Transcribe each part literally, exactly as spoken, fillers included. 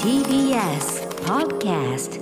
ティービーエス Podcast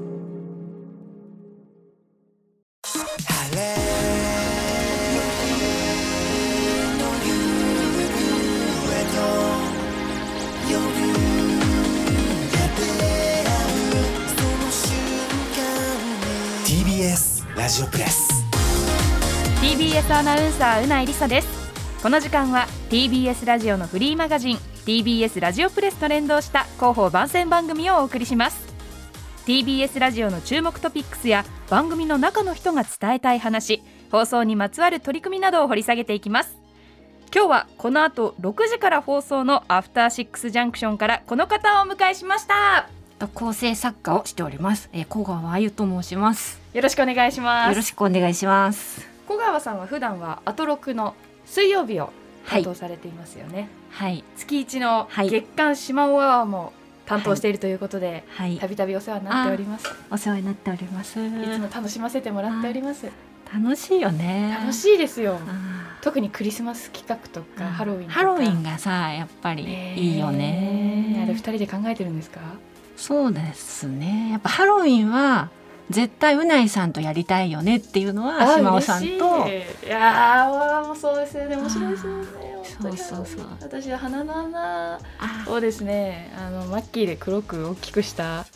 ティービーエス ラジオプレスティービーエス アナウンサーうないりさです。この時間は ティービーエス ラジオのフリーマガジン ティービーエス ラジオプレスと連動した広報番宣番組をお送りします。 ティービーエス ラジオの注目トピックスや番組の中の人が伝えたい話、放送にまつわる取り組みなどを掘り下げていきます。今日はこの後ろくじから放送のアフターシックスジャンクションからこの方をお迎えしました。 構成作家をしております、えー、小川あゆと申します。 よろしくお願いします。 よろしくお願いします。 小川さんは普段はアトロクの水曜日を担当されていますよね。 はい、 月一の月刊しまおアワーも担当しているということで、 はい、 たびたびお世話になっております。 お世話になっております。いつも楽しませてもらっております。 楽しいよね。 楽しいですよ。特にクリスマス企画とかハロウィンとかハロウィンがさやっぱりいいよね。 あれふたりで考えてるんですか？そうですね。やっぱハロウィンは絶対うないさんとやりたいよねっていうのは島尾さんと。いやーもうそうですよね。面白いですよね。 そうそうそう。 私は花の穴をですね、あのマッキーで黒く大きくした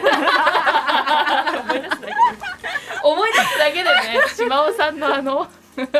思い出すだけで思い出すだけでね、島尾さんのあの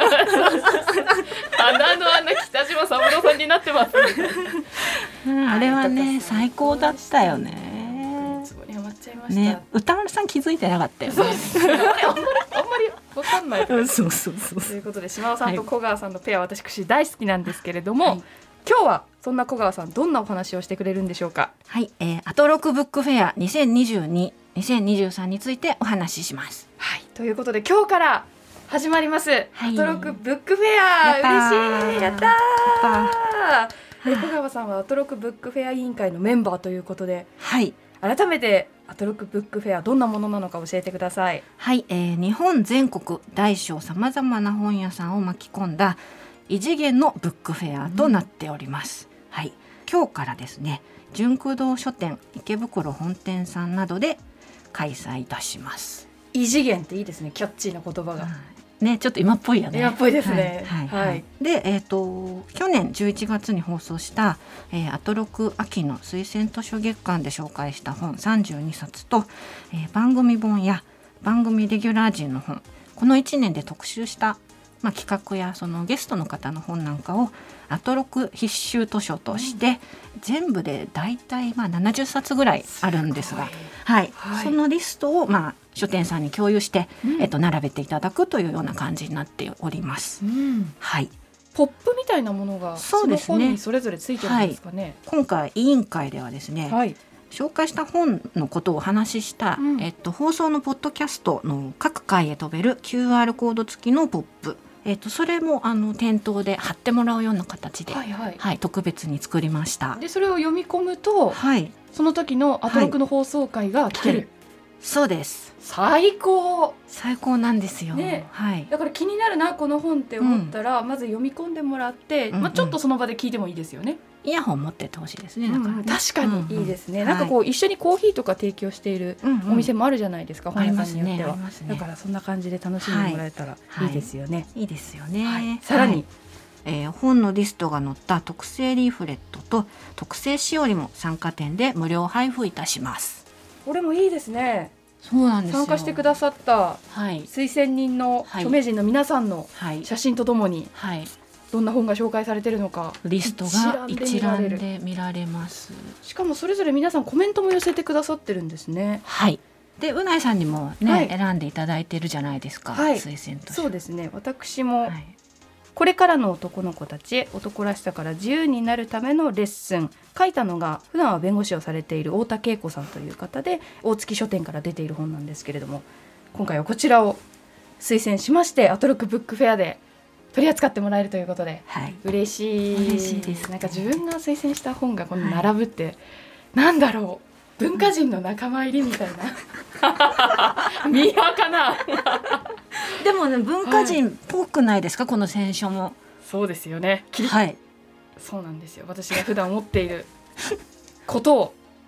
花の穴北島三郎さんになってます、 うん、あれはね最高だったよね。ね、歌丸さん気づいてなかったよね。そうですね。あんまりあんまり分かんない。そうそうそうということで島尾さんと小川さんのペア、はい、私大好きなんですけれども、はい、今日はそんな小川さんどんなお話をしてくれるんでしょうか？ はい、えー、アトロクブックフェアにせんにじゅうに、にせんにじゅうさんについてお話しします。 はい、ということで今日から始まります、はい、アトロクブックフェア。嬉しい。やったー。小川さんはアトロクブックフェア委員会のメンバーということで、はい、改めてアトロクブックフェアどんなものなのか教えてください。 はい、えー、日本全国大小さまざまな本屋さんを巻き込んだ異次元のブックフェアとなっております、うんはい、今日からですね純駆動書店池袋本店さんなどで開催いたします。 異次元っていいですね。キャッチーな言葉が、うんね、ちょっと今っぽいよね。 今っぽいですね。はいはいはい、 で、えーと、去年じゅういちがつに放送した、えー、アトロク秋の推薦図書月間で紹介した本さんじゅうにさつと、えー、番組本や番組レギュラー陣の本、このいちねんで特集した、まあ、企画やそのゲストの方の本なんかをアトロク必修図書として、うん、全部でだいたいまあななじゅっさつぐらいあるんですが、はいはい、そのリストをまあ書店さんに共有して、うんえっと、並べていただくというような感じになっております、うんはい、 ポップみたいなものがその本にそれぞれついてるんですかね。はい、 今回委員会ではですね、はい、紹介した本のことをお話しした、うんえっと、放送のポッドキャストの各回へ飛べる キューアール コード付きのポップ、えっと、それもあの店頭で貼ってもらうような形で、はいはいはい、特別に作りました。 でそれを読み込むと、はい、その時のアトロクの放送回が聞ける、はいはい、 そうです。 最高最高なんですよ、ねはい、 だから気になるなこの本って思ったら、うん、まず読み込んでもらって、うんうんまあ、ちょっとその場で聞いてもいいですよね。 イヤホン持ってってほしいですね。だからね、 うん、確かにいいですね、うんうん、なんかこう一緒にコーヒーとか提供しているお店もあるじゃないですか、うんうん、本屋さんによっては、ねね、だからそんな感じで楽しんでもらえたらいいですよね、 はいはい、いいですよね、はい、 さらに、はいえー、本のリストが載った特製リーフレットと特製しおりも参加店で無料配布いたします。 これもいいですね。 そうなんですよ。 参加してくださった推薦人の著名人の皆さんの写真とともにどんな本が紹介されているのかリストが一覧で見られます。 しかもそれぞれ皆さんコメントも寄せてくださってるんですね。 はい。でうないさんにもね、はい、選んでいただいてるじゃないですか、はい、推薦として。 そうですね。私も、はいこれからの男の子たちへ男らしさから自由になるためのレッスン、書いたのが普段は弁護士をされている太田恵子さんという方で大月書店から出ている本なんですけれども、今回はこちらを推薦しましてアトロクブックフェアで取り扱ってもらえるということで、はい、嬉しい嬉しいです、ね、 なんか自分が推薦した本がこの並ぶって、はい、なんだろう文化人の仲間入りみたいなミーハーかなでもね文化人っぽくないですか、はい、この選書も。 そうですよね。 はい、 そうなんですよ。私が普段思っていることをちょっ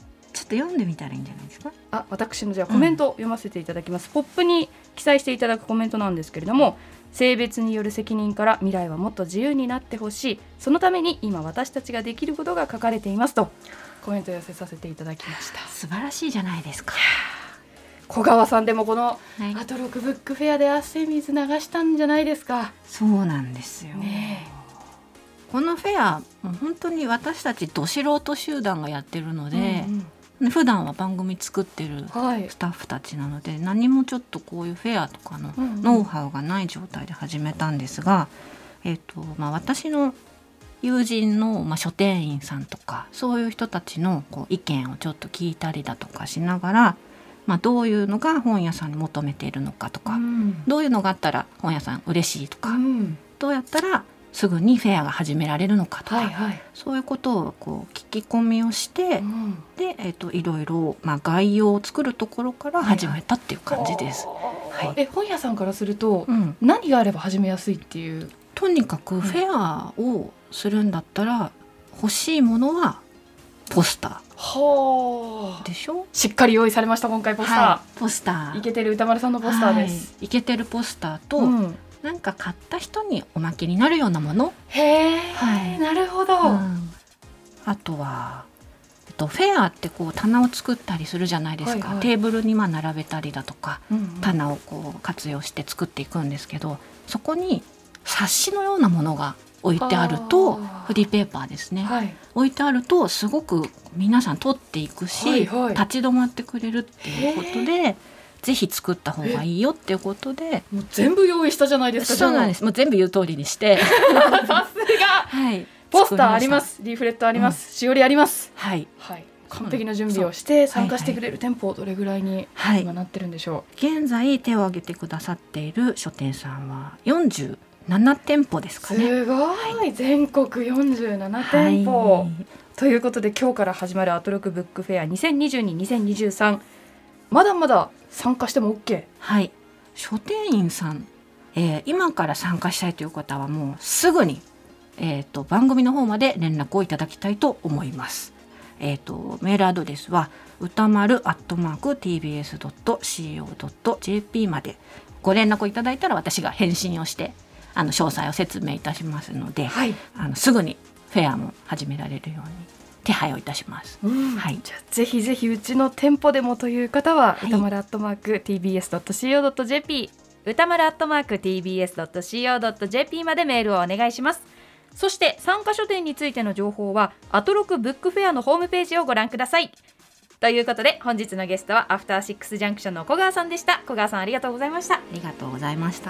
と読んでみたらいいんじゃないですか。 あ、私のじゃあコメントを読ませていただきます、うん、ポップに記載していただくコメントなんですけれども、性別による責任から未来はもっと自由になってほしい、そのために今私たちができることが書かれていますとコメントを寄せさせていただきました。 素晴らしいじゃないですか。 小川さんでもこのはい、 アトロクブックフェアで汗水流したんじゃないですか。 そうなんですよ、 ね、 このフェアもう本当に私たちど素人集団がやってるので、 うんうん、普段は番組作ってるはい、 スタッフたちなので、何もちょっとこういうフェアとかのノウハウがない状態で始めたんですが、えーとまあ、私の友人の、まあ、書店員さんとかそういう人たちのこう意見をちょっと聞いたりだとかしながら、まあ、どういうのが本屋さんに求めているのかとか、 うん、 どういうのがあったら本屋さん嬉しいとか、 うん、 どうやったらすぐにフェアが始められるのかとか、 はいはい、 そういうことをこう聞き込みをして、 うん、 で、えーと、いろいろ、まあ、概要を作るところから始めたっていう感じです。 はいはい、 はい、 え本屋さんからすると、うん、何があれば始めやすいっていう。 とにかくフェアをするんだったら欲しいものはポスターでしょ。 しっかり用意されました今回ポスター、 はい、ポスターイケてる歌丸さんのポスターです、 はい、イケてるポスターと、 うん、 なんか買った人におまけになるようなもの。 へー、 はい、 なるほど、 うん、あとは、えっと、フェアってこう棚を作ったりするじゃないですか、はいはい、テーブルにまあ並べたりだとか、うんうん、棚をこう活用して作っていくんですけど、そこに冊子のようなものが置いてあると、フリーペーパーですね、はい、置いてあるとすごく皆さん取っていくし、はいはい、立ち止まってくれるっていうことでぜひ作った方がいいよっていうことで、 もう全部用意したじゃないですか。 そうなんです。もう全部言う通りにしてさすが、はい、ポスターあります、リーフレットあります、うん、しおりあります、はいはい、完璧な準備をして参加してくれる店舗どれぐらいに今なってるんでしょう。 はい、現在手を挙げてくださっている書店さんはよんじゅうななてんぽですかね。 すごい、はい、全国よんじゅうななてんぽ、はい、ということで今日から始まるアトロクブックフェアにせんにじゅうに、にせんにじゅうさん、まだまだ参加しても OK。 はい、書店員さん、えー、今から参加したいという方はもうすぐに、えー、と番組の方まで連絡をいただきたいと思います。えー、とメールアドレスは歌丸アットマーク ティービーエスドットシーオードットジェーピー までご連絡いただいたら私が返信をしてあの詳細を説明いたしますので、はい、あのすぐにフェアも始められるように手配をいたします。うん、はい、 じゃあぜひぜひうちの店舗でもという方は、はい、歌丸アットマーク ティービーエスドットシーオードットジェーピー 歌丸アットマーク ティービーエスドットシーオードットジェーピー までメールをお願いします。そして参加書店についての情報はアトロクブックフェアのホームページをご覧ください。ということで本日のゲストはアフターシックスジャンクションの小川さんでした。小川さんありがとうございました。 ありがとうございました。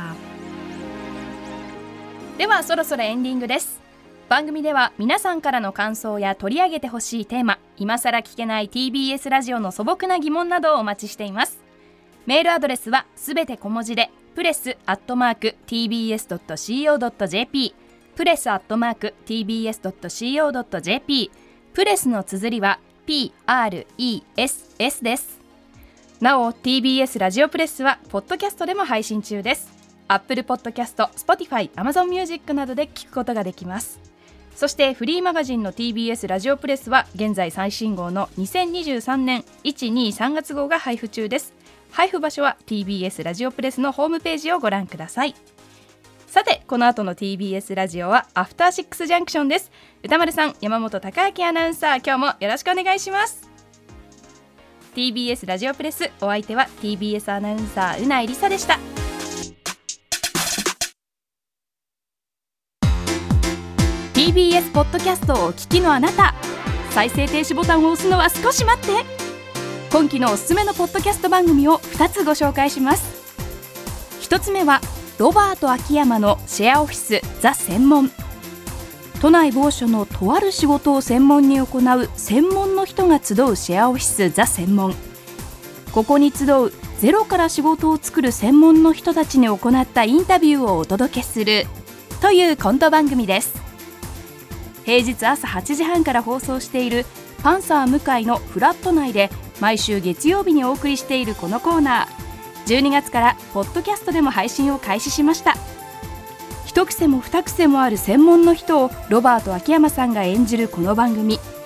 ではそろそろエンディングです。番組では皆さんからの感想や取り上げてほしいテーマ、今さら聞けない ティービーエス ラジオの素朴な疑問などをお待ちしています。メールアドレスはすべて小文字でプレスアットマーク ティービーエスドットシーオードットジェーピー プレスアットマーク ティービーエスドットシーオードットジェーピー プレスの綴りは ピーアールイーエスエス です。なお ティービーエス ラジオプレスはポッドキャストでも配信中です。Apple Podcast、Spotify、Amazon Music などで聞くことができます。そしてフリーマガジンの ティービーエス ラジオプレスは現在最新号のにせんにじゅうさんねんいち、に、さんがつ号が配布中です。配布場所は ティービーエス ラジオプレスのホームページをご覧ください。さてこの後の ティービーエス ラジオはアフターシックスジャンクションです。歌丸さん、山本貴明アナウンサー、今日もよろしくお願いします。 ティービーエス ラジオプレス、お相手は ティービーエス アナウンサーうないりさでした。ティービーエス ポッドキャストをお聞きのあなた、再生停止ボタンを押すのは少し待って。今期のおすすめのポッドキャスト番組をふたつご紹介します。ひとつめはロバート秋山のシェアオフィスザ専門。都内某所のとある仕事を専門に行う専門の人が集うシェアオフィスザ専門。ここに集うゼロから仕事を作る専門の人たちに行ったインタビューをお届けするというコント番組です。平日朝はちじはんから放送しているパンサー向井のフラット内で毎週月曜日にお送りしているこのコーナー、じゅうにがつからポッドキャストでも配信を開始しました。一癖も二癖もある専門の人をロバート秋山さんが演じるこの番組、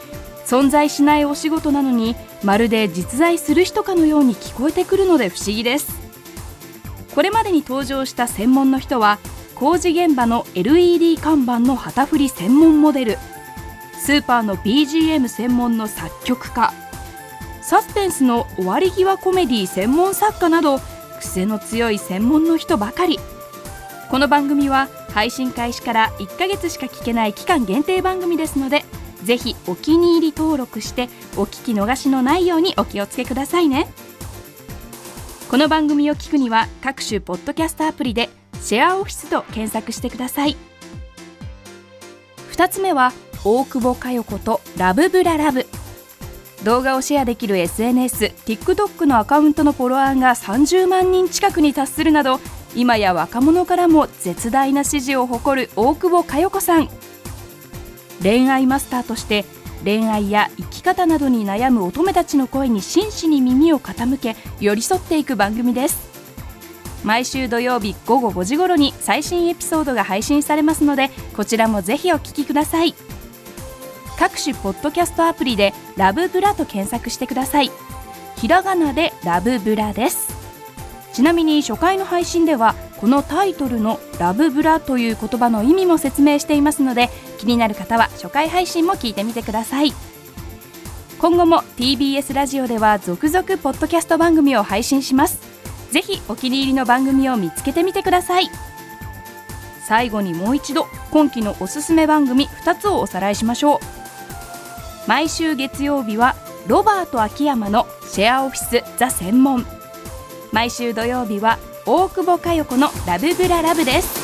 存在しないお仕事なのにまるで実在する人かのように聞こえてくるので不思議です。これまでに登場した専門の人は工事現場の エルイーディー 看板の旗振り専門モデル、スーパーの ビージーエム 専門の作曲家、サスペンスの終わり際コメディ専門作家など癖の強い専門の人ばかり。この番組は配信開始からいっかげつしか聞けない期間限定番組ですので、ぜひお気に入り登録してお聞き逃しのないようにお気をつけくださいね。この番組を聞くには各種ポッドキャストアプリでシェアオフィスと検索してください。ふたつめは大久保佳代子とラブブララブ。動画をシェアできる エスエヌエス、TikTok のアカウントのフォロワーがさんじゅうまんにん近くに達するなど、今や若者からも絶大な支持を誇る大久保佳代子さん。恋愛マスターとして恋愛や生き方などに悩む乙女たちの声に真摯に耳を傾け寄り添っていく番組です。毎週土曜日ごごごじ頃に最新エピソードが配信されますので、こちらもぜひお聞きください。各種ポッドキャストアプリでラブブラと検索してください。ひらがなでラブブラです。ちなみに初回の配信ではこのタイトルのラブブラという言葉の意味も説明していますので、気になる方は初回配信も聞いてみてください。今後も ティービーエス ラジオでは続々ポッドキャスト番組を配信します。ぜひお気に入りの番組を見つけてみてください。最後にもう一度今期のおすすめ番組ふたつをおさらいしましょう。毎週月曜日はロバート秋山のシェアオフィスザ専門。毎週土曜日は大久保佳代子のラブブララブです。